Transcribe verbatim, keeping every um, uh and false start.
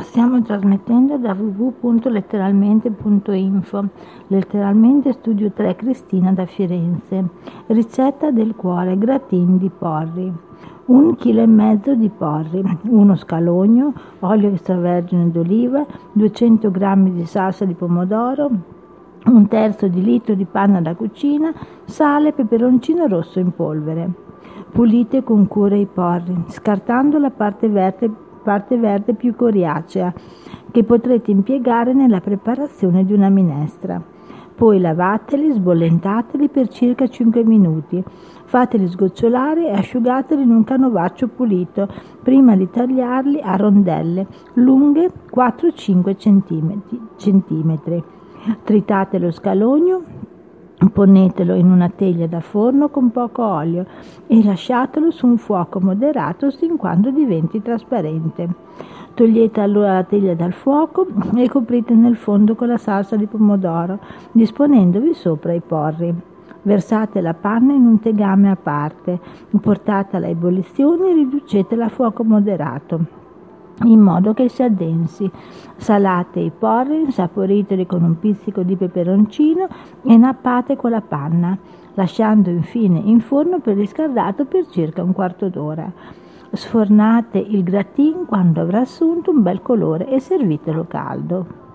Stiamo trasmettendo da w w w punto letteralmente punto info, letteralmente studio tre Cristina da Firenze. Ricetta del cuore, gratin di porri. Un chilo e mezzo di porri, uno scalogno, olio extravergine d'oliva, duecento grammi di salsa di pomodoro, un terzo di litro di panna da cucina, sale e peperoncino rosso in polvere. Pulite con cura i porri, scartando la parte verde parte verde più coriacea, che potrete impiegare nella preparazione di una minestra. Poi lavateli, sbollentateli per circa cinque minuti. Fateli sgocciolare e asciugateli in un canovaccio pulito, prima di tagliarli a rondelle, lunghe quattro cinque centimetri. Tritate lo scalogno, ponetelo in una teglia da forno con poco olio e lasciatelo su un fuoco moderato sin quando diventi trasparente. Togliete allora la teglia dal fuoco e coprite nel fondo con la salsa di pomodoro, disponendovi sopra i porri. Versate la panna in un tegame a parte, portatela a ebollizione e riducetela a fuoco moderato, in modo che si addensi. Salate i porri, insaporiteli con un pizzico di peperoncino e nappate con la panna, lasciando infine in forno preriscaldato per circa un quarto d'ora. Sfornate il gratin quando avrà assunto un bel colore e servitelo caldo.